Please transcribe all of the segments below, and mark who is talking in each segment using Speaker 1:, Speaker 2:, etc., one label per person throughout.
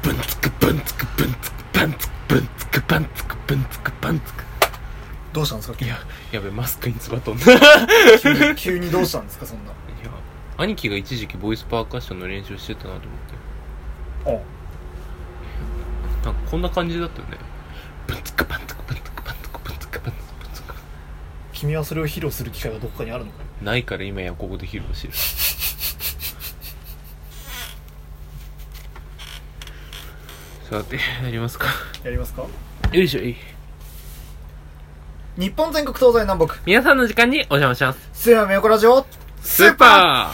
Speaker 1: ブンツクブンツクブンツクバンツクブンツクバンツクブンツクバンツク。
Speaker 2: どうしたんですか？
Speaker 1: やべ、マスクにつばとんだ
Speaker 2: 急にどうしたんですかそんな。
Speaker 1: いや、兄貴が一時期ボイスパーカッションの練習してたなと思って。なんかこんな感じだったよね。ブンツクバンツクブンツクバンツクブンツクバンツクブンツク。
Speaker 2: 君はそれを披露する機会がどこかにあるのか？
Speaker 1: ないから今やここで披露してるさて、やりますか。
Speaker 2: やりますか？
Speaker 1: よいしょい。
Speaker 2: 日本全国東西南北
Speaker 1: 皆さんの時間にお邪魔します。
Speaker 2: スーヤメヨコラジオ
Speaker 1: スーパ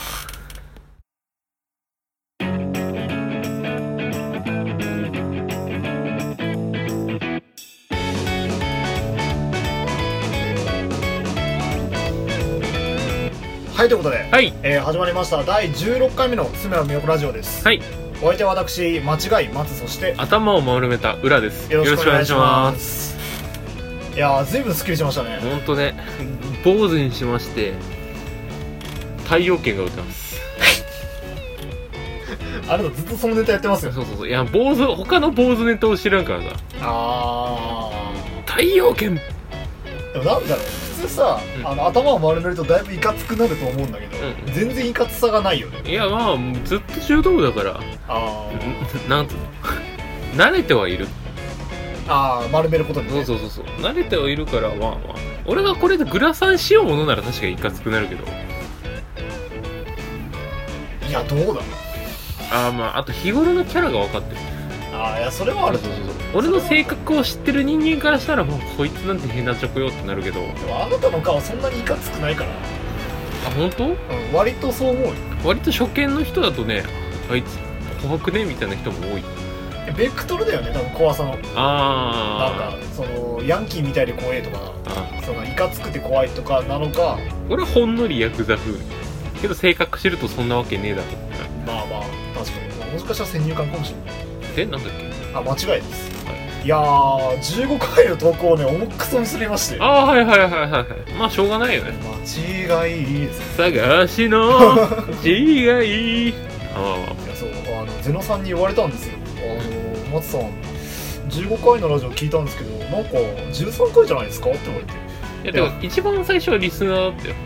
Speaker 2: はい、ということで、
Speaker 1: はい、
Speaker 2: 始まりました第16回目のスーヤメヨコラジオです。
Speaker 1: はい。
Speaker 2: お相手は私、間違い松、そして
Speaker 1: 頭を丸めた裏です。
Speaker 2: よろしくお願いします。いやー、ずいぶんスッキリしましたね。
Speaker 1: ほんとね、坊主にしまして太陽圏が打てます
Speaker 2: あなたずっとそのネタやってますよ。
Speaker 1: そうそうそう。いや、他の坊主ネタを知らんからさ。太陽圏。
Speaker 2: でもなんだろう、普通さ、頭を丸めるとだいぶいかつくなると思うんだけど、全然いかつさがないよね。
Speaker 1: いや、まあずっと柔道部だからなんつうの、慣れてはいる。
Speaker 2: 丸めることにね。
Speaker 1: そう慣れてはいるから、まあ俺がこれでグラサンしようものなら確かにいかつくなるけど。
Speaker 2: いや、どうだ。
Speaker 1: あと日頃のキャラが分かってる。
Speaker 2: いや、それはある。そう
Speaker 1: 俺の性格を知ってる人間からしたら、もうこいつなんて変なチョコよってなるけど。
Speaker 2: でもあなたの顔そんなにいかつくないから。
Speaker 1: 本当？
Speaker 2: 割とそう思うよ。
Speaker 1: 割と初見の人だとね、あいつ怖くねみたいな人も多い。
Speaker 2: ベクトルだよね、多分怖さの。なんかそのヤンキーみたいで怖いとか、そのいかつくて怖いとかなのか。
Speaker 1: 俺はほんのりヤクザ風けど、性格知るとそんなわけねえだろ。
Speaker 2: 確かに。もしかしたら先入観かもしれない。
Speaker 1: なんだっけ？
Speaker 2: 間違いです。いやー、15回の投稿をね、重くそミスりまして。
Speaker 1: はい。まあしょうがないよね。
Speaker 2: 間違いです。
Speaker 1: 探しの違い。いや、
Speaker 2: そう、ゼノさんに言われたんですよ。松さん、15回のラジオ聞いたんですけど、なんか13回じゃないですかって言われて。
Speaker 1: いや、でも一番最初はリスナーだったよ。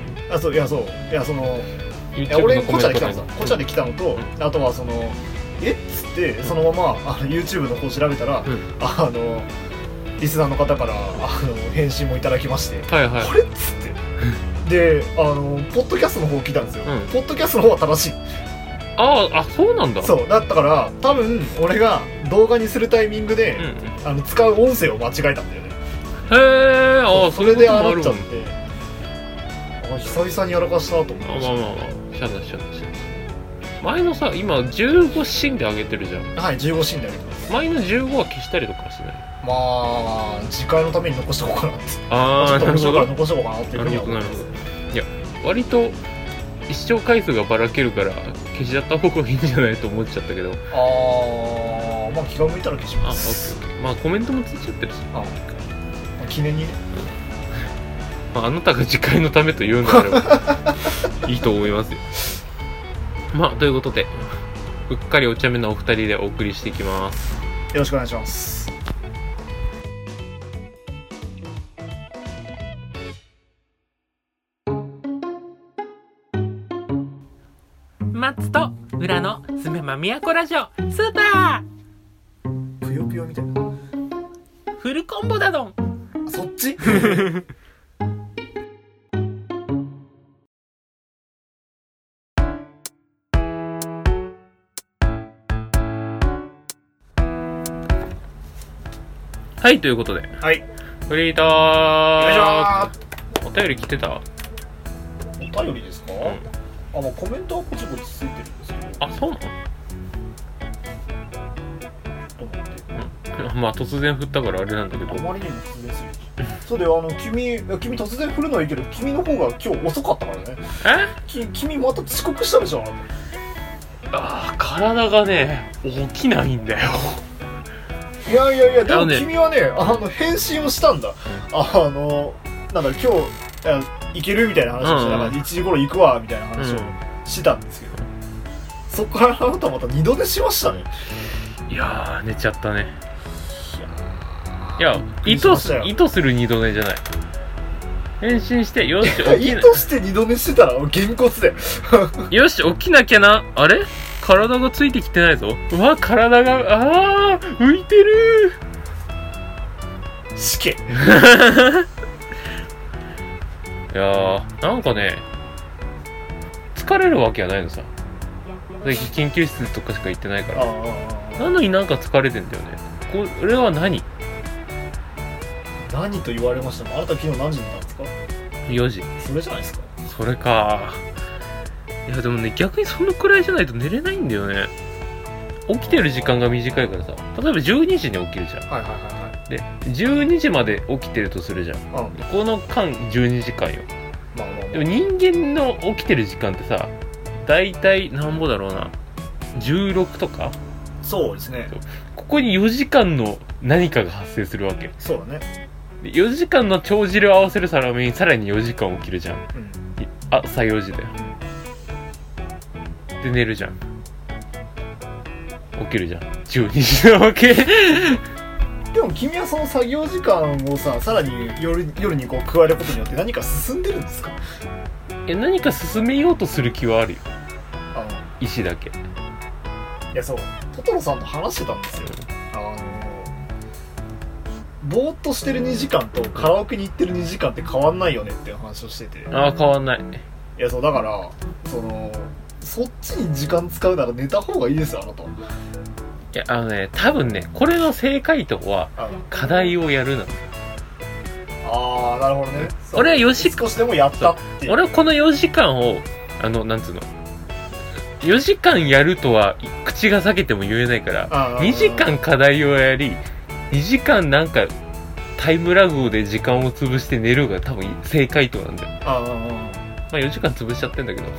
Speaker 2: 俺こっちゃで来たのさ。こっちゃで来たのと、あとはそのっつってそのままYouTube の方調べたら、リスナーの方から返信もいただきまして、
Speaker 1: これっ
Speaker 2: つってでポッドキャストの方を聞いたんですよ。ポッドキャストの方は正しい。
Speaker 1: そうなんだ。
Speaker 2: そうだったから多分俺が動画にするタイミングで、使う音声を間違えたんだよね。それで洗っちゃって、久々にやらかしたと思ってました。
Speaker 1: しゃだ前のさ、今15シーンで上げてるじゃん。
Speaker 2: はい、15シーンで上げてます。
Speaker 1: 前の15は消したりとかしてない？
Speaker 2: 次回のために残しておこうかなって。ちょっと面白いから残しておこうかなっていうふうには思います。
Speaker 1: いや、割と視聴回数がばらけるから消しちゃった方がいいんじゃないと思っちゃったけど。
Speaker 2: 気が向いたら消します。
Speaker 1: コメントもついちゃってるし、
Speaker 2: 記念にね。
Speaker 1: あなたが次回のためと言うのであればいいと思いますよ。ということで、うっかりお茶目なお二人でお送りしていきます。
Speaker 2: よろしくお願いします。
Speaker 1: 松と裏のすめまみやこラジオスーパ
Speaker 2: ーぷよぷよみたいな
Speaker 1: フルコンボだどん。
Speaker 2: そっち
Speaker 1: はい、ということで、フリートーク。お便り来てた？
Speaker 2: お便りですか？コメントはポチポチついてるんですけど。
Speaker 1: そうなの？突然振ったからあれなんだけど。
Speaker 2: あまりにも突然すぎる。そうだよ、君突然振るのはいいけど、君の方が今日遅かったからね。君また遅刻したでしょ。
Speaker 1: 体がね、起きないんだよ。
Speaker 2: いや、でも君はね、返信をしたんだ。なんだ、今日行けるみたいな話をして、1時頃行くわみたいな話をしたんですけど、そこからあなたまた二度寝しましたね。
Speaker 1: いやー寝ちゃったね。いや意図する二度寝じゃない。変身してよし起きな
Speaker 2: 意図して二度寝してたらげんこつで
Speaker 1: よし起きなきゃな。あれ体がついてきてないぞ。うわ体が浮いてる
Speaker 2: 死刑
Speaker 1: いやーなんかね疲れるわけはないのさ。研究室とかしか行ってないからなのになんか疲れてんだよね。これは何
Speaker 2: と言われましたもん。あなた昨日何時に寝たんですか
Speaker 1: ？4時。
Speaker 2: それじゃないですか。
Speaker 1: それか。いやでもね逆にそのくらいじゃないと寝れないんだよね。起きてる時間が短いからさ。例えば12時に起きるじゃん。
Speaker 2: はいはいはいはい。
Speaker 1: で12時まで起きてるとするじゃん、この間12時間よ。でも人間の起きてる時間ってさだいたいなんぼだろうな16とか。
Speaker 2: そうですね。
Speaker 1: ここに4時間の何かが発生するわけ。
Speaker 2: そうだね。
Speaker 1: で4時間の帳尻を合わせるためにさらに4時間起きるじゃん、朝4時だよ、で寝るじゃん。起きるじゃん12時なわけ
Speaker 2: でも君はその作業時間をさらに夜にこう加えることによって何か進んでるんですか？
Speaker 1: 何か進めようとする気はあるよ。意志だけ。
Speaker 2: いやそうトトロさんと話してたんですよ。ぼーっとしてる2時間とカラオケに行ってる2時間って変わんないよねっていう話をしてて。
Speaker 1: 変わんない。
Speaker 2: いやそうだからそっちに時間使うなら寝た方がいいですよあなた。い
Speaker 1: や多分ねこれの正解とは課題をやるなの。
Speaker 2: なるほどね。
Speaker 1: 俺は4時間
Speaker 2: 少しでもやったっていう。
Speaker 1: 俺はこの4時間をなんつうの4時間やるとは口が裂けても言えないから2時間課題をやり2時間なんかタイムラグで時間を潰して寝るが多分正解となんだよ。まあ4時間潰しちゃってんだけど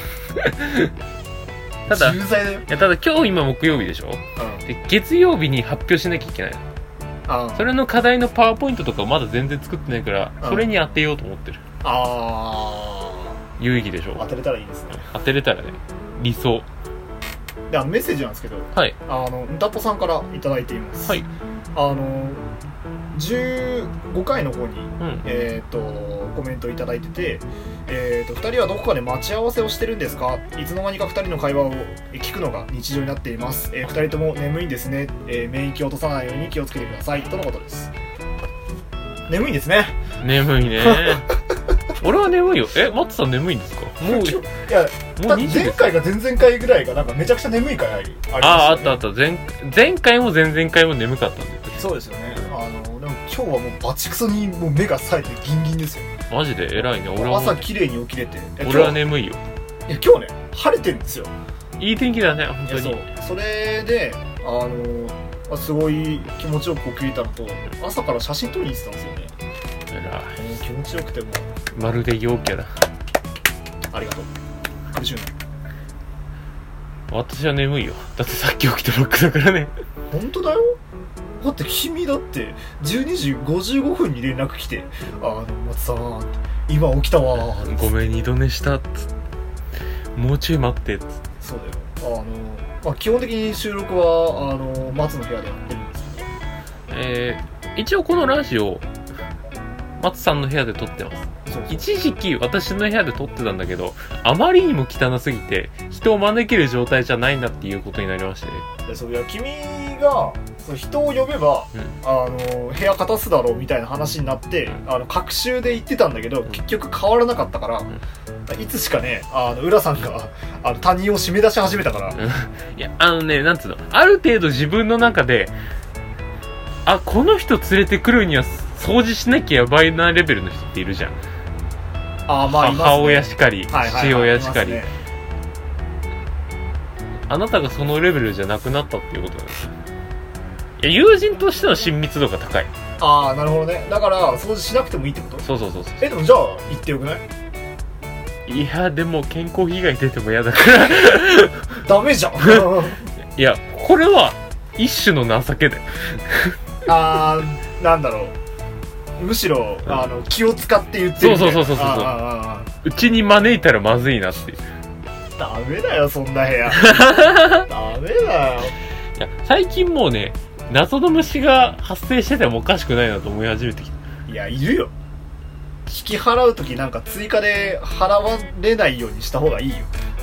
Speaker 1: ただ今木曜日でしょ、で月曜日に発表しなきゃいけない。それの課題のパワーポイントとかまだ全然作ってないからそれに当てようと思ってる。有意義でしょ。
Speaker 2: 当てれたらいいですね。
Speaker 1: 当てれたらね理想
Speaker 2: でメッセージなんですけど、はい、んたっぽさんからいただいています。はい。15回の方に、コメントいただいてて、2人はどこかで待ち合わせをしてるんですか？いつの間にか2人の会話を聞くのが日常になっています。2人とも眠いんですね。免疫を落とさないように気をつけてくださいとのことです。眠いんですね。
Speaker 1: 眠いね俺は眠いよ。マッツさん眠いんですか？もうい
Speaker 2: やもう前回か前々回ぐらいがなんかめちゃくちゃ眠い回ありましたよね。
Speaker 1: あった前回も前々回も眠かったんだよ。
Speaker 2: そうですよね。でも今日はもうバチクソにもう目が冴えてギンギンですよ。
Speaker 1: マジで偉いね。俺
Speaker 2: は朝綺麗に起きれて。
Speaker 1: 俺は眠いよ。
Speaker 2: いや今日ね晴れてるんですよ。
Speaker 1: いい天気だね本当に。
Speaker 2: それですごい気持ちよく起きれたのと朝から写真撮りに行ってたんですよね。気持ちよくても
Speaker 1: まるで陽キャだ。
Speaker 2: ありがとう。苦しゅうね。
Speaker 1: 私は眠いよ。だってさっき起きたばっかだからね。
Speaker 2: 本当だよ。だって君だって12時55分に連絡来て松さん今起きたわ
Speaker 1: ごめん二度寝したっつもうちょい待ってっつ。
Speaker 2: そうだよ。基本的に収録は松の部屋でやってるんです
Speaker 1: けど、一応このラジオ松さんの部屋で撮ってます。一時期私の部屋で撮ってたんだけどあまりにも汚すぎて人を招ける状態じゃないなっていうことになりましてね。
Speaker 2: いや君が人を呼べば、部屋片すだろうみたいな話になって隔週で言ってたんだけど、結局変わらなかったから、いつしかね浦さんが他人を締め出し始めたから、
Speaker 1: いやなんつうのある程度自分の中でこの人連れてくるには掃除しなきゃやばいなレベルの人っているじゃん。母親しかり、父親しかり、あなたがそのレベルじゃなくなったっていうことなんですよ。いや友人としての親密度が高い。
Speaker 2: なるほどね。だから掃除しなくてもいいってこと？
Speaker 1: そう
Speaker 2: でもじゃあ言ってよくない？
Speaker 1: いやでも健康被害出ても嫌だから
Speaker 2: ダメじゃん
Speaker 1: いやこれは一種の情けだよ
Speaker 2: なんだろう、むしろ気を使って言ってるみたいな。そう
Speaker 1: うちに招いたらまずいなっていう。
Speaker 2: ダメだよそんな部屋ダメだよ。
Speaker 1: いや最近もうね、謎の虫が発生しててもおかしくないなと思い始めてきた。
Speaker 2: いや、いるよ。引き払うときなんか追加で払われないようにした方がいいよ。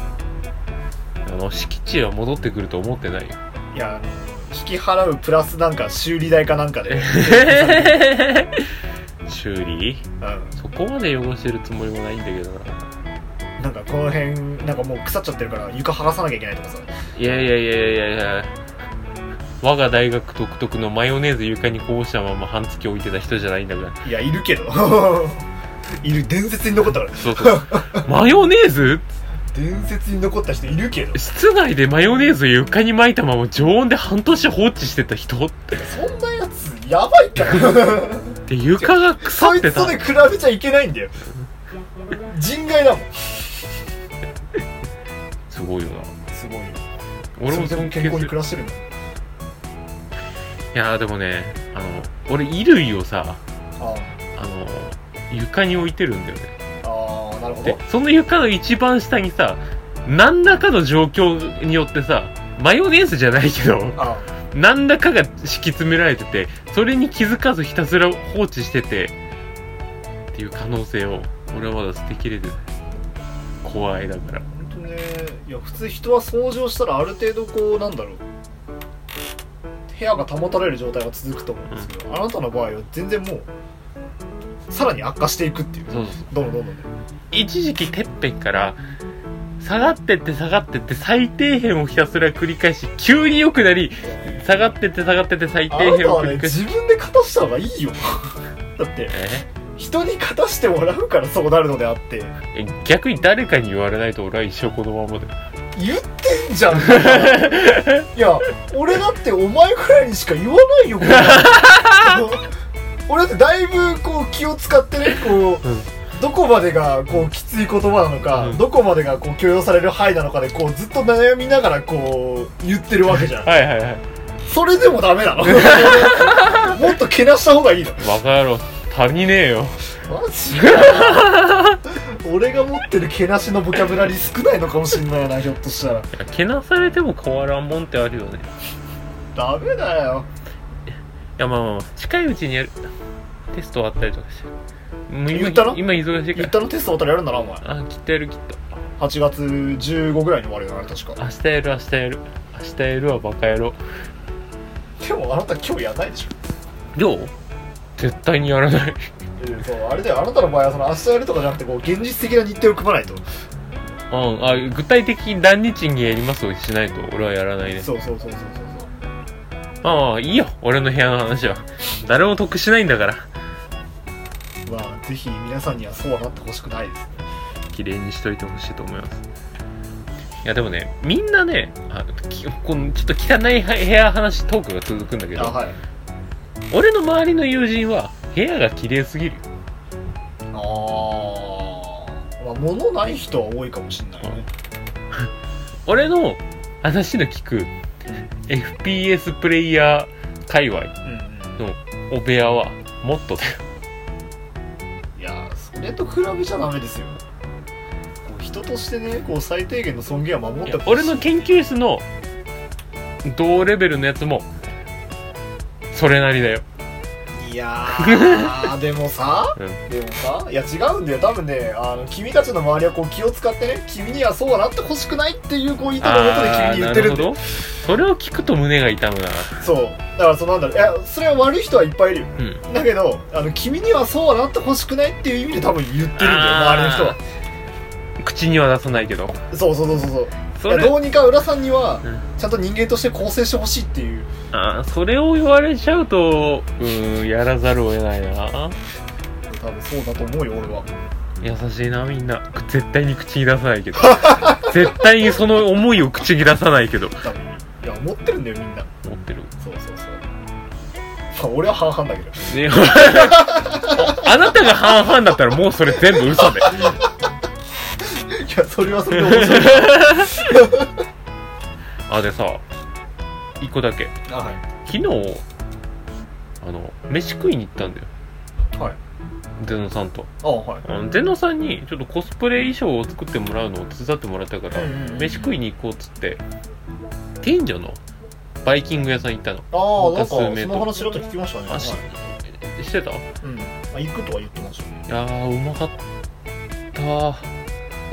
Speaker 1: 敷地は戻ってくると思ってないよ。
Speaker 2: いや、引き払うプラスなんか修理代かなんかで
Speaker 1: 修理？うん。そこまで汚してるつもりもないんだけどな。
Speaker 2: なんかこの辺なんかもう腐っちゃってるから床剥がさなきゃいけないとかさ。
Speaker 1: いや我が大学独特のマヨネーズ床にこぼしたまま半月置いてた人じゃないんだから。
Speaker 2: いや、いるけどいる、伝説に残ったから。
Speaker 1: そうマヨネーズ
Speaker 2: 伝説に残った人いるけど。
Speaker 1: 室内でマヨネーズを床に巻いたまま常温で半年放置してた人って。
Speaker 2: そんなやつやばいから
Speaker 1: で床が腐ってた。
Speaker 2: そいつとで比べちゃいけないんだよ。人外だもん。
Speaker 1: すごいよな。
Speaker 2: すごいよ。
Speaker 1: 俺も尊敬する。
Speaker 2: 健康に暮らしてるんだ。い
Speaker 1: やでもね、俺衣類をさ、床に置いてるんだよね。
Speaker 2: ああ、なるほど。
Speaker 1: でその床の一番下にさ、何らかの状況によってさ、マヨネーズじゃないけど、何らかが敷き詰められてて、それに気づかずひたすら放置しててっていう可能性を俺はまだ捨てきれてない。怖いだから。
Speaker 2: 本当ね。いや、普通人は掃除をしたらある程度こう、なんだろう、部屋が保たれる状態が続くと思うんですけど、あなたの場合は全然もうさらに悪化していくっていう。
Speaker 1: そう
Speaker 2: どんどんね。
Speaker 1: 一時期てっぺんから下がってって最底辺をひたすら繰り返し、急に良くなり、下がってって最底辺を繰り返し。
Speaker 2: 自分で勝たした方がいいよだって人に勝たしてもらうからそうなるのであって、
Speaker 1: 逆に誰かに言われないと俺は一生このままだよ。
Speaker 2: 言ってんじゃんいや、俺だってお前くらいにしか言わないよこれ俺だってだいぶこう気を使ってね、こう、どこまでがこうきつい言葉なのか、どこまでがこう許容される範囲なのかでこうずっと悩みながらこう言ってるわけじゃんそれでもダメなのもっとけなした方がいいの。
Speaker 1: バカ野郎、足りねえよ
Speaker 2: マジ俺が持ってるけなしのボキャブラリー少ないのかもしんないな、ひょっとしたら。
Speaker 1: けなされても変わらんもんってあるよね。
Speaker 2: ダメだよ。
Speaker 1: いや、まあ近いうちにやる。テスト終わったりとかして。
Speaker 2: 言ったの？
Speaker 1: 今忙しいから。
Speaker 2: 言ったの？テスト終わったらやるんだな、お前。
Speaker 1: きっとやる。
Speaker 2: 8月15ぐらいに終わるよな、確か。
Speaker 1: 明日やるわ、バカ野郎。
Speaker 2: でもあなた今日やらないでしょ。
Speaker 1: 今日？絶対にやらない。
Speaker 2: そう、あれだよ、あなたの場合はその明日やるとかじゃなくてこう現実的な日程を組まないと。
Speaker 1: 具体的に何日にやりますをしないと俺はやらないね。
Speaker 2: そう。
Speaker 1: いいよ、俺の部屋の話は。誰も得しないんだから。
Speaker 2: まあぜひ皆さんにはそうはなってほしくないですね。
Speaker 1: 綺麗にしといてほしいと思います。いやでもね、みんなね、このちょっと汚い部屋話トークが続くんだけど、俺の周りの友人は部屋が綺麗すぎるよ。
Speaker 2: まあ物ない人は多いかもしんないね。
Speaker 1: 俺の話の聞く FPS プレイヤー界隈のお部屋はもっとだよ。
Speaker 2: いや、それと比べちゃダメですよ。人としてね、こう最低限の尊厳は守ってほしい。
Speaker 1: 俺の研究室の同レベルのやつもそれなりだよ。
Speaker 2: いやーでもさ、いや違うんだよ。多分ね、君たちの周りはこう気を使ってね、君にはそうはなってほしくないっていうこう意図のもとで君に言ってるんだよ。
Speaker 1: それを聞くと胸が痛むな。
Speaker 2: そうだからなんだろう、いやそれは悪い人はいっぱいいるよ、だけど君にはそうはなってほしくないっていう意味で多分言ってるんだよ、周りの人は。
Speaker 1: 口には出さないけど。
Speaker 2: そうどうにか浦さんにはちゃんと人間として構成してほしいっていう。
Speaker 1: それを言われちゃうとやらざるを得ないな。
Speaker 2: 多分そうだと思うよ、俺は。
Speaker 1: 優しいな、みんな。絶対に口に出さないけど絶対にその思いを口に出さないけど。
Speaker 2: いや思ってるんだよ、みんな
Speaker 1: 思ってる。
Speaker 2: そう俺は半々だけど
Speaker 1: あなたが半々だったらもうそれ全部嘘で。
Speaker 2: いや、それはそれで面白い
Speaker 1: でさ、一個だけ。昨日飯食いに行ったんだよ。ゼノさんと。ゼノさんにちょっとコスプレ衣装を作ってもらうのを手伝ってもらったから、飯食いに行こうっつって、近所のバイキング屋さん行ったの。
Speaker 2: なんかその話ちょっと聞きましたね。
Speaker 1: してた？
Speaker 2: 行くとは言ってましたね。
Speaker 1: いやー、うまかった。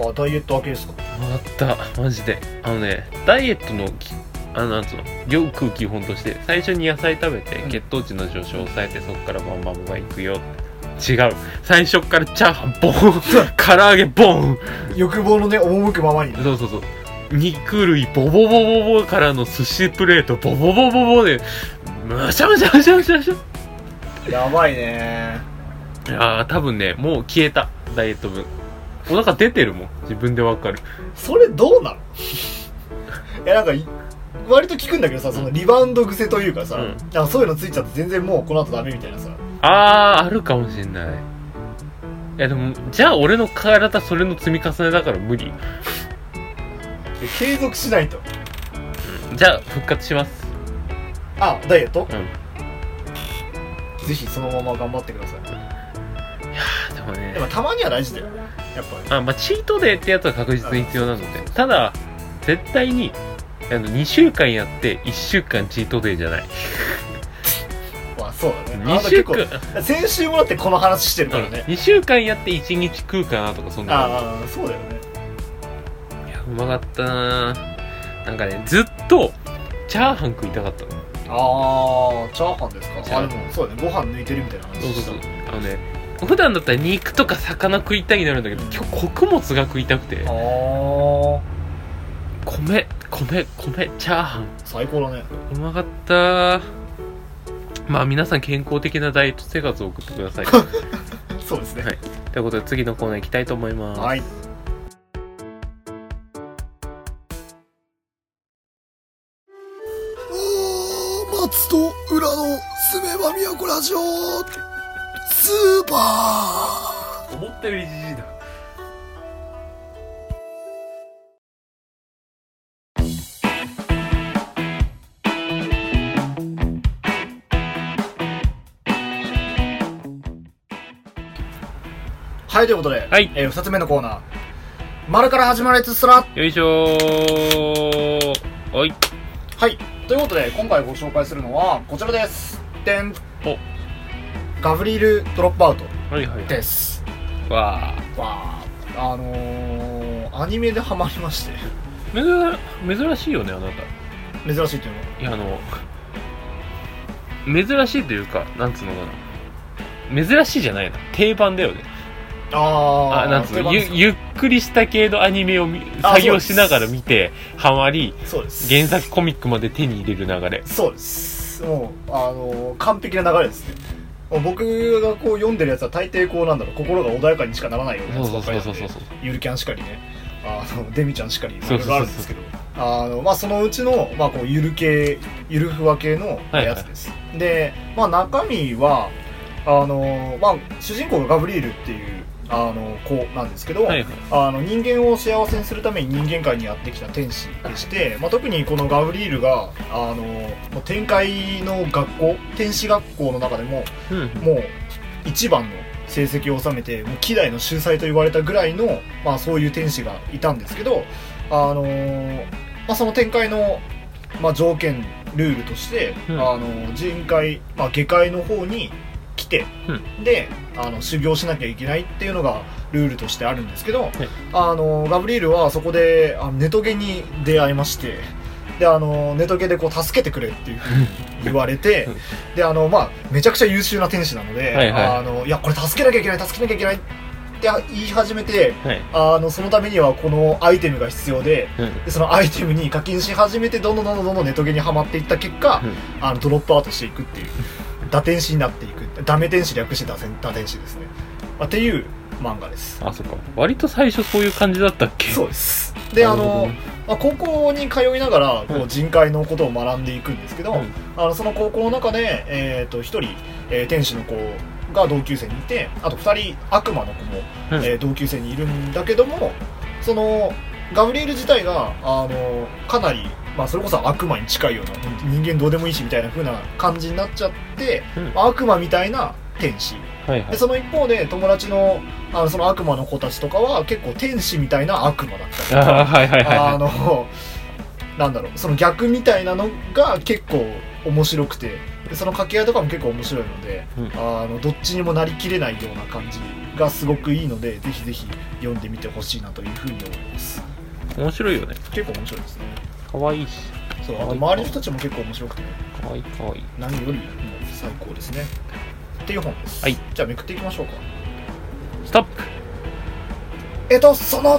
Speaker 2: ダイエット明けですか？
Speaker 1: うまかった、マジで。ダイエットのなんつうの、空基本として最初に野菜食べて血糖値の上昇を抑えて、そこからバンバンバンいくよ。違う、最初からチャーハンボン唐揚げボン、
Speaker 2: 欲望のね赴くままに。
Speaker 1: そう肉類ボボボボボからの寿司プレートボボボボボでむしゃむしゃむしゃむしゃむしゃ。
Speaker 2: やばいね。
Speaker 1: いやー、多分ね、もう消えた、ダイエット分。お腹出てるもん、自分でわかる。
Speaker 2: それどうなの？いや、なんか割と聞くんだけどさ、そのリバウンド癖というかさ、そういうのついちゃって全然もうこの後ダメみたいなさ。
Speaker 1: あるかもしんない。いやでも、じゃあ俺の体それの積み重ねだから無理。
Speaker 2: 継続しないと。
Speaker 1: じゃあ復活します。
Speaker 2: ダイエット？ぜひそのまま頑張ってください。い
Speaker 1: やでもね、
Speaker 2: でもたまには大事だよ、やっぱり。
Speaker 1: チートデーってやつは確実に必要なので、ただ絶対に2週間やって1週間チートデーじゃない。
Speaker 2: そうだね。2週間、先週もだってこの話してるからね。
Speaker 1: 2週間やって1日食うかなとか、そんな。
Speaker 2: そうだよね。
Speaker 1: いや、うまかったな。なんかね、ずっとチャーハン食いたかったの。
Speaker 2: チャーハンですか？でもそうだね、ご飯抜いてるみたいな話した。
Speaker 1: 普段だったら肉とか魚食いたいになるんだけど、今日穀物が食いたくて。米チャーハン
Speaker 2: 最高だね。
Speaker 1: うまかった。皆さん健康的なダイエット生活を送ってください。
Speaker 2: そうですね。
Speaker 1: はい。ということで次のコーナー行きたいと思います。
Speaker 2: はい。松と裏のすめば都ラジオスーパ
Speaker 1: ー。思ったよりじじいだ。
Speaker 2: はい、ということで、2つ目のコーナー、丸から始まるやつすら。
Speaker 1: よいしょー。はい。
Speaker 2: はい、ということで今回ご紹介するのはこちらです。でん。ガブリールドロップアウトです。
Speaker 1: わ
Speaker 2: ー。アニメでハマりまして。
Speaker 1: 珍しいよね、あなた。
Speaker 2: 珍しいっていうのは？
Speaker 1: いや、珍しいというか、なんつうのかな。珍しいじゃないな。定番だよね。なんつうの、ゆっくりした系のアニメを作業しながら見てハマり、原作コミックまで手に入れる流れ。
Speaker 2: そうです。もう完璧な流れですね。僕がこう読んでるやつは大抵こう心が穏やかにしかならないようなやつばっかりなんで、ゆるキャンしかりね、デミちゃんしかりいろいろあるんですけど、そのうちのこうゆるふわ系のやつです。で、中身は主人公がガブリールっていう子なんですけど、人間を幸せにするために人間界にやってきた天使でして、特にこのガブリールが天界の学校、天使学校の中でも、もう一番の成績を収めて、もう希代の秀才と言われたぐらいの、そういう天使がいたんですけど、その天界の、条件ルールとして、人界、下界の方に来て、で修行しなきゃいけないっていうのがルールとしてあるんですけど、ガブリールはそこでネトゲに出会いまして、でネトゲでこう助けてくれっていうふうに言われてでめちゃくちゃ優秀な天使なので、いやこれ助けなきゃいけないって言い始めて、そのためにはこのアイテムが必要で、そのアイテムに課金し始めてどんどんネトゲにはまっていった結果、ドロップアウトしていくっていう、打天使になっていく、ダメ天使略して打天使ですね、っていう漫画です。
Speaker 1: そっか、割と最初そういう感じだったっけ？
Speaker 2: そうです。で高校に通いながらこう人界のことを学んでいくんですけど、その高校の中で1人、天使の子が同級生にいて、あと2人悪魔の子も、同級生にいるんだけども、そのガブリエル自体がかなり、それこそ悪魔に近いような、人間どうでもいいしみたいな風な感じになっちゃって、悪魔みたいな天使、でその一方で友達のその悪魔の子たちとかは結構天使みたいな悪魔だったりとか、 なんだろう、その逆みたいなのが結構面白くて、でその掛け合いとかも結構面白いので、どっちにもなりきれないような感じがすごくいいので、ぜひぜひ読んでみてほしいなというふうに思います。
Speaker 1: 面白いよね。
Speaker 2: 結構面白いですね。
Speaker 1: 可愛いし、
Speaker 2: そう、あと周りの人たちも結構面白くてね、
Speaker 1: 可愛い可愛い、
Speaker 2: 何よりも最高ですねっていう本です。
Speaker 1: はい、
Speaker 2: じゃあめくっていきましょうか。
Speaker 1: ストップ。
Speaker 2: その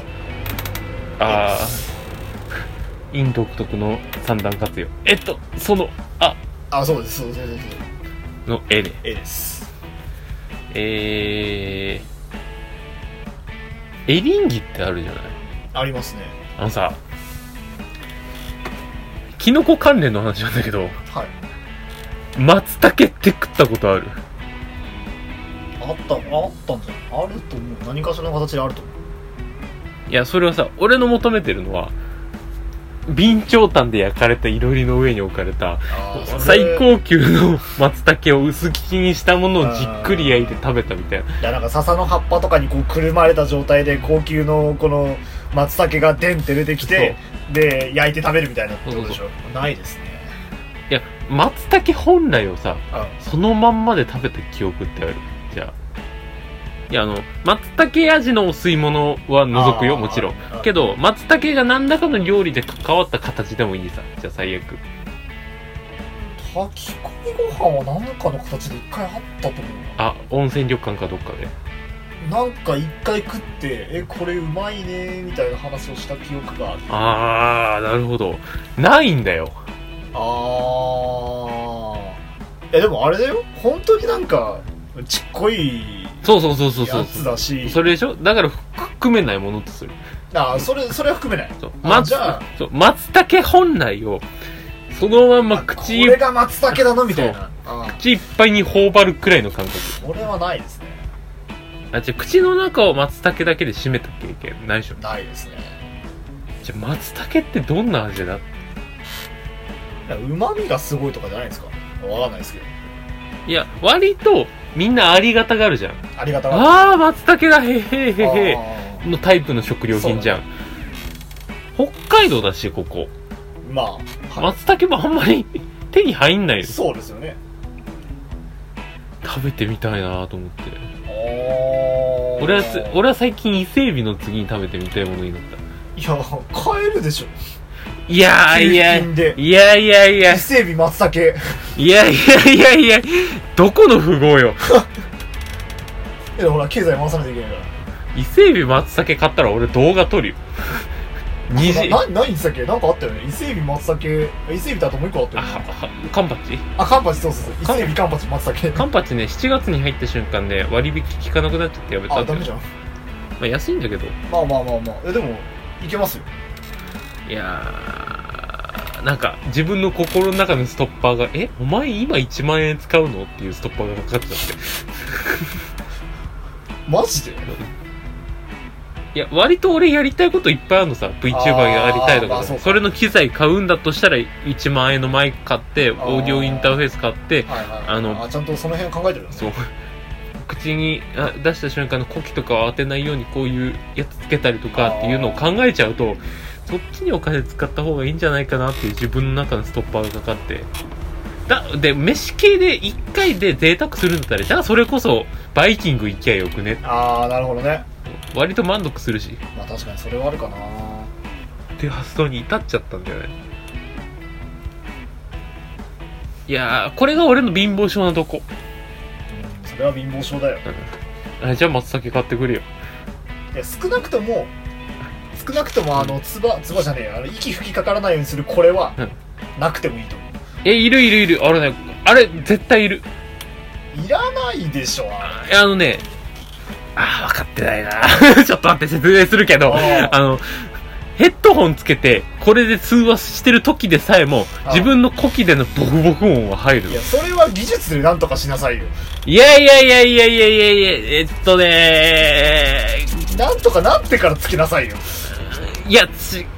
Speaker 1: 陰独特の三段活用。その
Speaker 2: そうです、そう
Speaker 1: の絵ね。
Speaker 2: 絵です。
Speaker 1: エリンギってあるじゃない。
Speaker 2: ありますね。
Speaker 1: さ、キノコ関連の話なんだけど、
Speaker 2: はい、
Speaker 1: 松茸って食ったことある？
Speaker 2: あったんじゃない？あると思う。何かしらの形であると思う。
Speaker 1: いや、それはさ、俺の求めてるのは備長炭で焼かれた囲炉裏の上に置かれた最高級の松茸を薄切りにしたものをじっくり焼いて食べたみたいな。
Speaker 2: いや、なんか笹の葉っぱとかにこうくるまれた状態で高級のこの松茸がデンって出てきて、で焼いて食べるみたいなってことでしょ。ないですね。
Speaker 1: いや、松茸本来をさ、そのまんまで食べた記憶ってある？じゃあ、いや、松茸味のお吸い物は除くよ、もちろん。けど、松茸が何らかの料理で関わった形でもいいさ。じゃあ最悪。
Speaker 2: 炊き込みご飯は何かの形で一回あったと思う。
Speaker 1: 温泉旅館かどっかで。
Speaker 2: なんか一回食って、これうまいねみたいな話をした記憶がある。
Speaker 1: なるほど。ないんだよ。
Speaker 2: いや、でもあれだよ。本当になんか、ちっこい
Speaker 1: そう
Speaker 2: やつだし、
Speaker 1: それでしょ。だから含めないものとする。
Speaker 2: それは含めない。
Speaker 1: じゃあ松茸本来をそのまま
Speaker 2: これが松茸だのみたいな、
Speaker 1: 口いっぱいに頬張るくらいの感覚。
Speaker 2: これはないですね。
Speaker 1: じゃあ口の中を松茸だけで締めた経験ないでしょ。
Speaker 2: ないですね。
Speaker 1: じゃあ松茸ってどんな味だ？
Speaker 2: 旨味がすごいとかじゃないですか。わかんないですけど。
Speaker 1: いや、割とみんなありがたがるじゃん。
Speaker 2: ありがたがる。
Speaker 1: 松茸だ、へへへへのタイプの食料品じゃん。北海道だし、ここ。松茸もあんまり手に入んない。
Speaker 2: そうですよね。
Speaker 1: 食べてみたいなと思って。俺は最近伊勢海老の次に食べてみたいものになった。
Speaker 2: いや、買えるでしょ。
Speaker 1: いや伊勢
Speaker 2: 海老松茸。
Speaker 1: いやどこの富豪よ。
Speaker 2: ほら、経済回さないといけないから。
Speaker 1: 伊勢海老松茸買ったら俺動画撮るよ。
Speaker 2: 何でしたっけ？なんかあったよね。伊勢海老松茸、伊勢海老とあともう一個あったよね。
Speaker 1: カンパチ？
Speaker 2: カンパチ、そう。伊勢海老カンパチ松茸。
Speaker 1: カンパチね、7月に入った瞬間で割引効かなくなっちゃってやめたんだよ。
Speaker 2: ダメじゃん。
Speaker 1: 安いんだけど。
Speaker 2: まあ。でも、いけますよ。
Speaker 1: いやー、なんか自分の心の中のストッパーがお前今1万円使うのっていうストッパーがかかっちゃって
Speaker 2: マジで？
Speaker 1: いや、割と俺やりたいこといっぱいあるのさ。 VTuber やりたいとか、それの機材買うんだとしたら1万円のマイク買って、オーディオインターフェース買って、
Speaker 2: ちゃんとその辺考えてるよね。
Speaker 1: そう、口に出した瞬間の呼気とかを当てないようにこういうやつつけたりとかっていうのを考えちゃうと、そっちにお金使った方がいいんじゃないかなっていう自分の中のストッパーがかかって、で飯系で1回で贅沢するんだったら、じゃあそれこそバイキング行きゃよくね。
Speaker 2: なるほどね。
Speaker 1: 割と満足するし、
Speaker 2: 確かにそれはあるかな
Speaker 1: っていう発想に至っちゃったんだよね。いやー、これが俺の貧乏症なとこ。
Speaker 2: それは貧乏症だよ。
Speaker 1: じゃあ松茸買ってくれよ。
Speaker 2: いや、少なくともつばじゃねえ、息吹きかからないようにするこれはなくてもいいと思う。
Speaker 1: いる。あれ絶対いる。
Speaker 2: いらないでしょ。
Speaker 1: 分かってないなちょっと待って、説明するけど、ヘッドホンつけてこれで通話してる時でさえも自分の呼気でのボフボフ音は入るの。
Speaker 2: いや、それは技術でなんとかしなさいよ。
Speaker 1: いや
Speaker 2: なんとかなってからつけなさいよ。
Speaker 1: いや、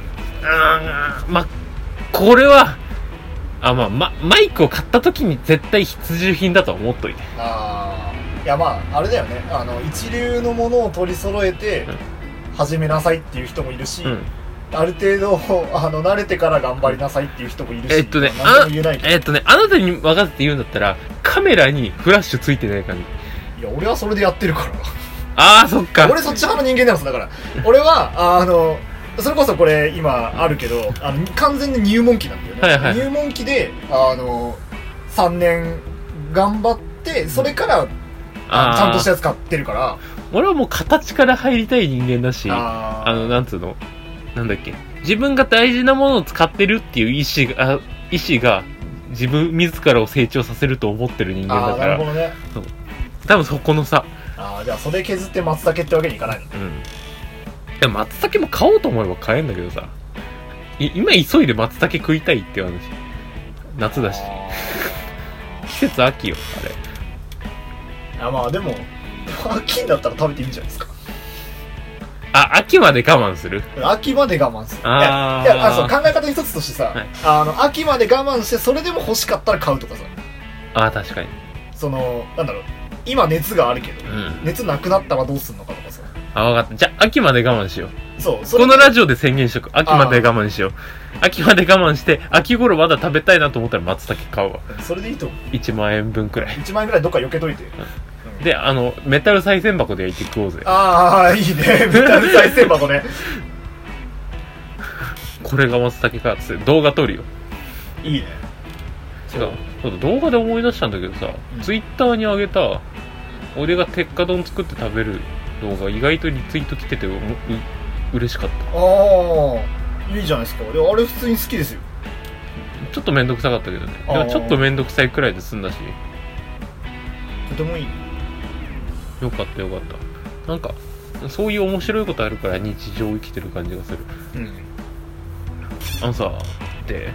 Speaker 1: これはマイクを買った時に絶対必需品だと思っといて。
Speaker 2: いや、あれだよね。一流のものを取り揃えて始めなさいっていう人もいるし、 ある程度慣れてから頑張りなさいっていう人もいるし、
Speaker 1: あなたに任せて言うんだったらカメラにフラッシュついてない感
Speaker 2: じ。いや俺はそれでやってるから。
Speaker 1: ああそっか。
Speaker 2: 俺そっち派の人間なんです。だから俺はそれこそこれ今あるけど完全に入門期なんだよね、はいはい、入門期で3年頑張ってそれからちゃんとしたやつ買ってるから。
Speaker 1: 俺はもう形から入りたい人間だし、なんつうのなんだっけ、自分が大事なものを使ってるっていう意思が自分自らを成長させると思ってる人間だから。
Speaker 2: なるほどね。
Speaker 1: そう多分そこの差。
Speaker 2: じゃあそれ削って松茸ってわけにいかないの。
Speaker 1: でも松茸も買おうと思えば買えんだけどさ、今急いで松茸食いたいって話。夏だし季節秋よあれ。
Speaker 2: まあでも秋だったら食べていいんじゃないですか。
Speaker 1: 秋まで我慢する。
Speaker 2: 秋まで我慢する。いやそう考え方一つとしてさ、はい、秋まで我慢してそれでも欲しかったら買うとかさ。
Speaker 1: 確かに。
Speaker 2: なんだろう、今熱があるけど、熱なくなったらどうすんのかとかさ。
Speaker 1: 分かった。じゃあ秋まで我慢しよう。
Speaker 2: そう。
Speaker 1: このラジオで宣言しとく。秋まで我慢しよう。秋まで我慢して秋頃まだ食べたいなと思ったら松茸買うわ。
Speaker 2: それでいいと思う。
Speaker 1: 1万円分くらい。
Speaker 2: 1万円くらいどっか避けといて。
Speaker 1: でメタル再銭箱で焼いて食おうぜ。
Speaker 2: いいね。メタル再銭箱ね。
Speaker 1: これが松茸かっつって動画撮るよ。
Speaker 2: いいね。
Speaker 1: そう動画で思い出したんだけどさ、ツイッターに上げた俺が鉄火丼作って食べる動画意外とリツイート来てて嬉しかった。
Speaker 2: いいじゃないですか。あれ普通に好きですよ。
Speaker 1: ちょっとめんどくさかったけどね。でもちょっとめんどくさいくらいで済んだし、
Speaker 2: とてもいい。
Speaker 1: よかったよかった。なんかそういう面白いことあるから日常生きてる感じがする。で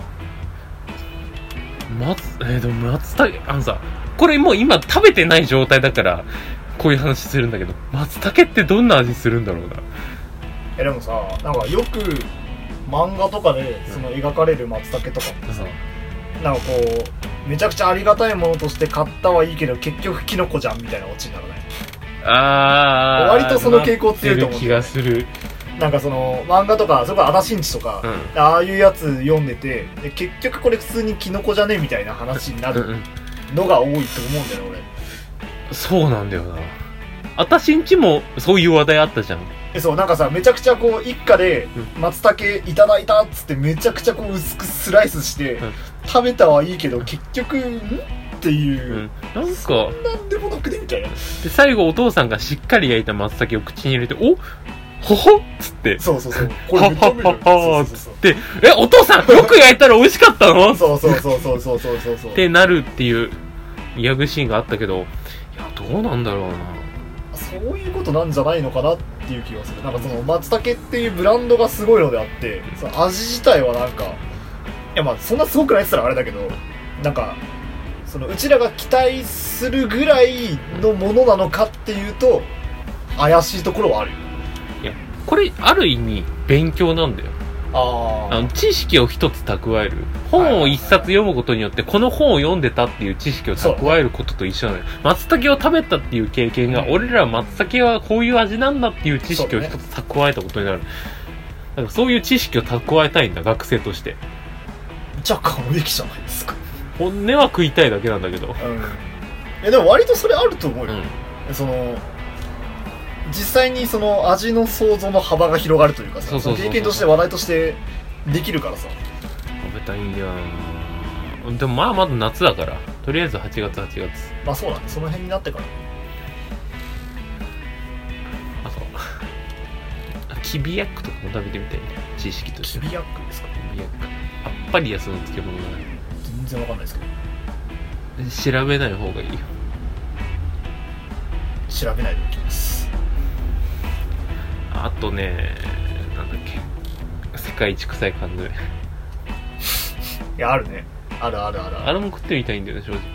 Speaker 1: でも松茸さこれもう今食べてない状態だからこういう話するんだけど、松茸ってどんな味するんだろうな。
Speaker 2: でもさ、なんかよく漫画とかでその描かれる松茸とかってさ、なんかこうめちゃくちゃありがたいものとして買ったはいいけど結局キノコじゃんみたいなオチにならない？割とその傾向強いと思う。
Speaker 1: 気がする。
Speaker 2: なんかその漫画とかそれからアダシンチとか、ああいうやつ読んでて結局これ普通にキノコじゃねみたいな話になるのが多いと思うんだよね俺。
Speaker 1: そうなんだよな。アタシンチもそういう話題あったじゃん。
Speaker 2: そうなんかさめちゃくちゃこう一家で松茸いただいたっつってめちゃくちゃこう薄くスライスして、食べたはいいけど結局っていう、
Speaker 1: なんか
Speaker 2: そんなんでもなくねみたいな。で
Speaker 1: 最後お父さんがしっかり焼いた松茸を口に入れておほほっつって
Speaker 2: そうこれめっちゃ
Speaker 1: ははっつってお父さんよく焼いたら美味しかったの
Speaker 2: そう
Speaker 1: ってなるっていうギャグシーンがあったけど、いやどうなんだろうな。
Speaker 2: そういうことなんじゃないのかなっていう気がする。なんかその松茸っていうブランドがすごいのであってその味自体はなんかいやまあそんなすごくないって言ったらあれだけどなんかそのうちらが期待するぐらいのものなのかっていうと怪しいところはあるよ。
Speaker 1: いやこれある意味勉強なんだよ。知識を一つ蓄える。本を一冊読むことによってこの本を読んでたっていう知識を蓄えることと一緒なのよ。松茸を食べたっていう経験が俺らは松茸はこういう味なんだっていう知識を一つ蓄えたことになる。だからそういう知識を蓄えたいんだ学生として。
Speaker 2: じゃあ買うべきじゃないですか。
Speaker 1: 本音は食いたいだけなんだけど、
Speaker 2: でも割とそれあると思うよ、その実際にその味の想像の幅が広がるというかさ、経験として話題としてできるからさ。
Speaker 1: 食べたいんだよな。でもまあまだ夏だからとりあえず8月
Speaker 2: まあそうだね、その辺になってから。
Speaker 1: きびやっくとかも食べてみたいね、知識として。
Speaker 2: きびやっくですか？
Speaker 1: きびやっくあっぱりやその漬物がね
Speaker 2: 全然わかんないです
Speaker 1: けど、調べない方がいいよ。
Speaker 2: 調べないでおきます。
Speaker 1: あとね、なんだっけ、世界一臭い缶詰。
Speaker 2: いやあるね、ある。
Speaker 1: あれも食ってみたいんだよね正直。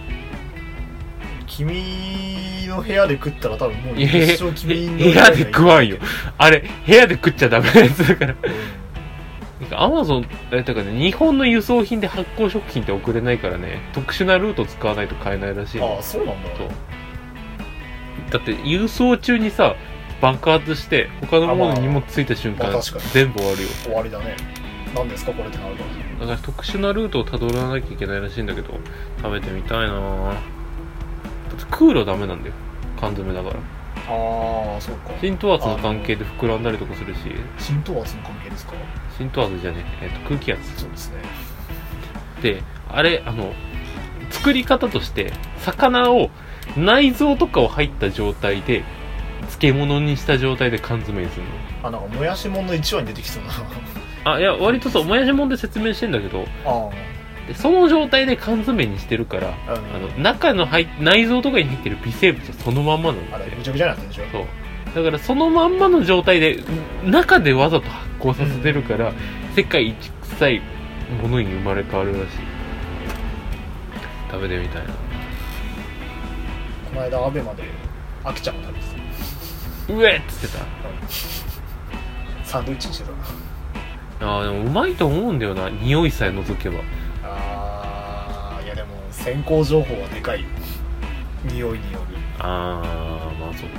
Speaker 2: 君の部屋で食ったら多分もう一生君の
Speaker 1: 部屋で食わんよ。あれ部屋で食っちゃダメなやつだから。アマゾンだからね、日本の輸送品で発酵食品って送れないからね、特殊なルート使わないと買えないらしい。
Speaker 2: ああそうなんだ。
Speaker 1: そうだって郵送中にさ爆発して他のものにもついた瞬間、全部終わるよ。
Speaker 2: 終わりだね。何ですかこれってなるか
Speaker 1: ら。だから特殊なルートをたどらなきゃいけないらしいんだけど、食べてみたいな。だって空路ダメなんだよ、缶詰だから。
Speaker 2: ああ、そうか。
Speaker 1: 浸透圧の関係で膨らんだりとかするし。
Speaker 2: 浸透圧の関係ですか？
Speaker 1: 浸透圧じゃねえ、空気圧。
Speaker 2: そうですね。
Speaker 1: で、あれ作り方として魚を内臓とかを入った状態で漬物にした状態で缶詰にする
Speaker 2: の。なんかもやしもんの1話に出てきそう
Speaker 1: な。いや割とそうもやしもんで説明してんだけど、でその状態で缶詰にしてるから、中の内臓とかに入ってる微生物はそのまんまなんだよ。
Speaker 2: あれぐちゃぐちゃになってるでしょ。
Speaker 1: そうだからそのまんまの状態で中でわざと発酵させてるから、世界一臭いものに生まれ変わるらしい。食べてみたいな。こ
Speaker 2: の間アベマでアキちゃんが食べて
Speaker 1: た。うえっつってた。
Speaker 2: サンドイッチにしてた。
Speaker 1: でもうまいと思うんだよな、匂いさえ除けば。
Speaker 2: いやでも先行情報はでかい。匂いによる。
Speaker 1: まあそっ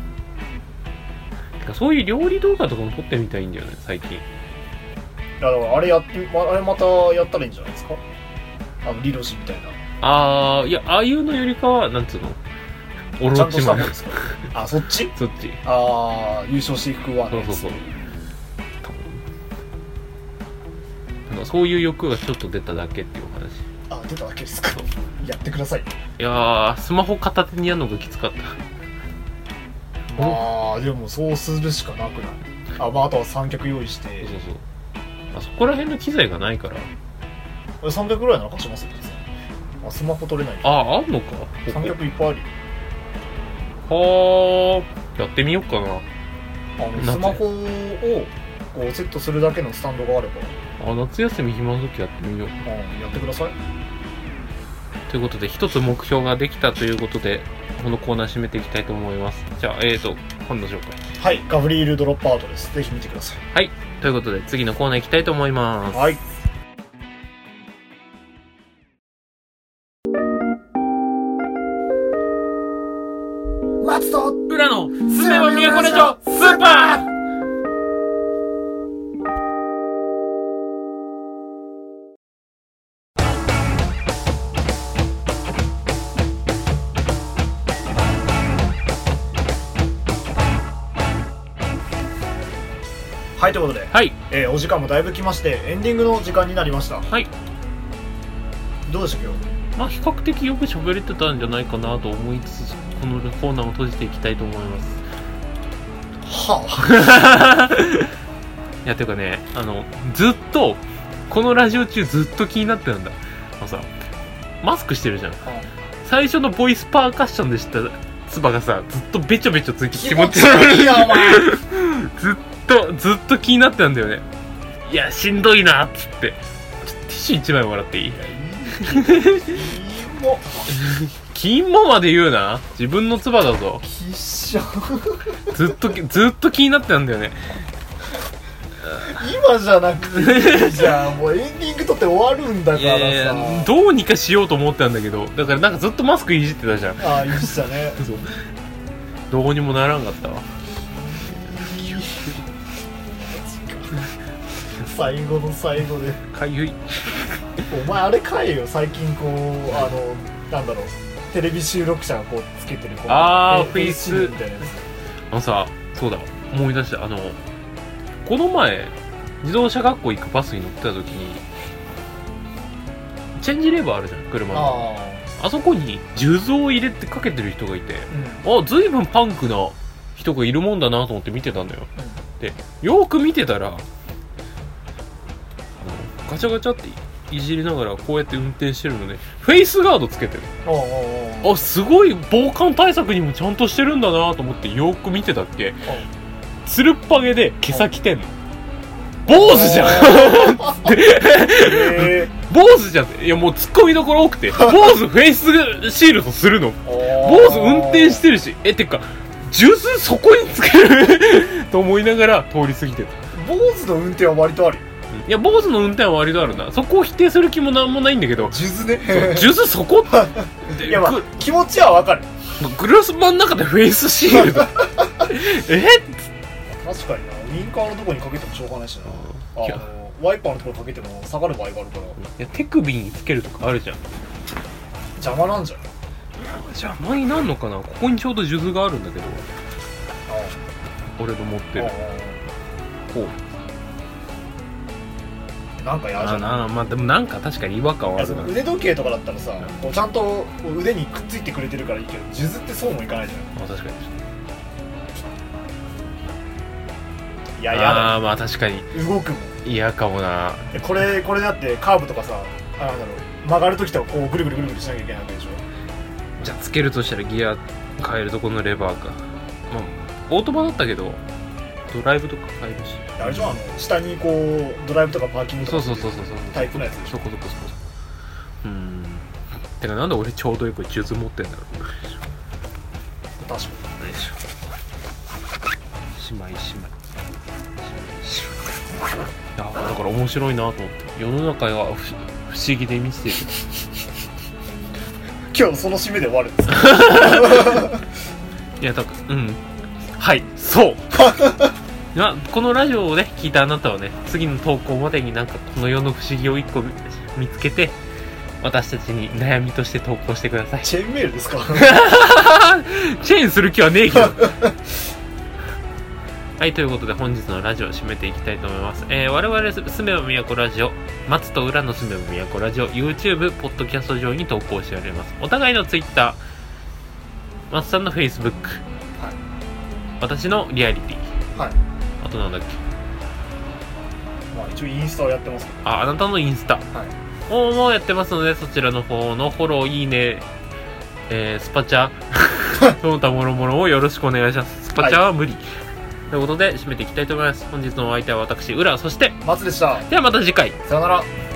Speaker 1: か。そういう料理動画とかも撮ってみたいんだよね最近。
Speaker 2: だからあれまたやったらいいんじゃないですか。リロシみたいな。
Speaker 1: いやああいうのよりかはなんつうの、オロチマンです
Speaker 2: か。そっち
Speaker 1: そっち。
Speaker 2: 優勝していくわね。
Speaker 1: そうなんかそういう欲がちょっと出ただけっていう
Speaker 2: 話。出ただけですか。やってください。
Speaker 1: いやスマホ片手にやるのがきつかった。
Speaker 2: でもそうするしかなくない。あとは三脚用意して。
Speaker 1: そこら辺の機材がないから。
Speaker 2: 300ぐらいなら貸しますよ。スマホ取れない。
Speaker 1: あんのか。
Speaker 2: 三脚いっぱいある
Speaker 1: よ。やってみようかな。
Speaker 2: スマホをこうセットするだけのスタンドがあれば。
Speaker 1: 夏休み暇な時やってみよう。
Speaker 2: やってください。
Speaker 1: ということで一つ目標ができたということでこのコーナー締めていきたいと思います。じゃあ今度紹介。
Speaker 2: はい、ガブリールドロップアウトです。ぜひ見てください。
Speaker 1: はい、ということで次のコーナー行きたいと思います。
Speaker 2: はい。松と
Speaker 1: 浦のすめば都ラジオスーパー。
Speaker 2: はい、ということで、
Speaker 1: はい、
Speaker 2: お時間もだいぶ来ましてエンディングの時間になりました。
Speaker 1: はい。
Speaker 2: どうでした今日？
Speaker 1: 比較的よく喋れてたんじゃないかなと思いつつこのコーナーを閉じていきたいと思います。いやていうかねずっとこのラジオ中ずっと気になってたんだ。マスクしてるじゃん。最初のボイスパーカッションでしたつばがさずっとべちょべちょついて気持ち悪いなお前。ずっと気になってたんだよね。いやしんどいなっつって。ティッシュ1枚もらっていい？金もまで言うな。自分のつばだぞ。ずっと気になってたんだよね。
Speaker 2: 今じゃなくていいじゃん。もうエンディング撮って終わるんだからさ。
Speaker 1: どうにかしようと思ったんだけど、だからなんかずっとマスクいじってたじゃん。
Speaker 2: いじってたね。
Speaker 1: どうにもならんかったわ。
Speaker 2: 最後の最後で
Speaker 1: かゆい。
Speaker 2: お前あれ買えよ。最近こうなんだろう、テレビ収録者がこうつけてるフ
Speaker 1: ェイス
Speaker 2: みたいなやつ。
Speaker 1: そうだ思い出した。この前自動車学校行くバスに乗ってた時にチェンジレバーあるじゃん車の。あそこに数珠を入れてかけてる人がいて、ずいぶんパンクな人がいるもんだなと思って見てたんだよ。でよーく見てたらガチャガチャっていじりながらこうやって運転してるのでフェイスガードつけてる。すごい防寒対策にもちゃんとしてるんだなと思ってよく見てたっけ。つるっぱげで毛先てんの。坊主じゃん坊主じゃん。いやもうツッコミどころ多くて坊主フェイスシールドするの。坊主運転してるしてか数珠そこにつけると思いながら通り過ぎてた。
Speaker 2: 坊主の運転は割とある。
Speaker 1: いや坊主の運転は割とあるな。そこを否定する気もなんもないんだけど。
Speaker 2: 数珠ね。
Speaker 1: 数珠そこ
Speaker 2: いや気持ちはわかる。
Speaker 1: グラス真ん中でフェイスシールド
Speaker 2: 確かにな、ウインカーのとこにかけてもしょうがないしな、ワイパーのとこにかけても下がる場合があるから。い
Speaker 1: や、手首につけるとかあるじゃん。
Speaker 2: 邪魔なんじゃん。
Speaker 1: 邪魔になんのかな。ここにちょうど数珠があるんだけど、俺の持ってるこ
Speaker 2: うなんか嫌じゃん。
Speaker 1: まあでもなんか確かに違和感はあるな。
Speaker 2: 腕時計とかだったらさ、こうちゃんと腕にくっついてくれてるからいいけど、数珠ってそうもいかないじゃん。
Speaker 1: 確かに。
Speaker 2: いや、嫌だ。
Speaker 1: まあ確かに
Speaker 2: 動くもん
Speaker 1: 嫌かもな。
Speaker 2: これだってカーブとかさ、曲がるときとかこうぐるぐるぐるぐるしなきゃいけないわけでしょ。
Speaker 1: じゃあつけるとしたらギア変えるとこのレバーか。まあオートマだったけどドライブとか変えるし。
Speaker 2: あれじゃん、下にこうドライブとかパーキングとか
Speaker 1: そう
Speaker 2: タイプのやつでしょ。
Speaker 1: そこてかなんで俺ちょうどよく数珠持ってんだろう。
Speaker 2: 確かに。
Speaker 1: しまい。だから面白いなと思って。世の中が不思議で満ちてる。
Speaker 2: 今日その締めで終わるんですか。
Speaker 1: いやだからはいそうこのラジオをね聞いたあなたはね、次の投稿までになんかこの世の不思議を1個見つけて私たちに悩みとして投稿してください。
Speaker 2: チェーンメールですか。
Speaker 1: チェーンする気はねえけど。はい、ということで本日のラジオを締めていきたいと思います。我々すめば都ラジオ、松と裏のすめば都ラジオ、YouTube、ポッドキャスト上に投稿しております。お互いの Twitter、松さんの Facebook、はい、私のリアリティ、はい、あとなんだっけ、
Speaker 2: まあ一応インスタをやってますね。
Speaker 1: あなたのインスタ、はい、もうやってますので、そちらの方のフォロー、いいね、スパチャその他もろもろをよろしくお願いします。スパチャは無理、はい、ということで締めていきたいと思います。本日のお相手は私、浦、そして
Speaker 2: 松でした。
Speaker 1: ではまた次回、
Speaker 2: さよなら。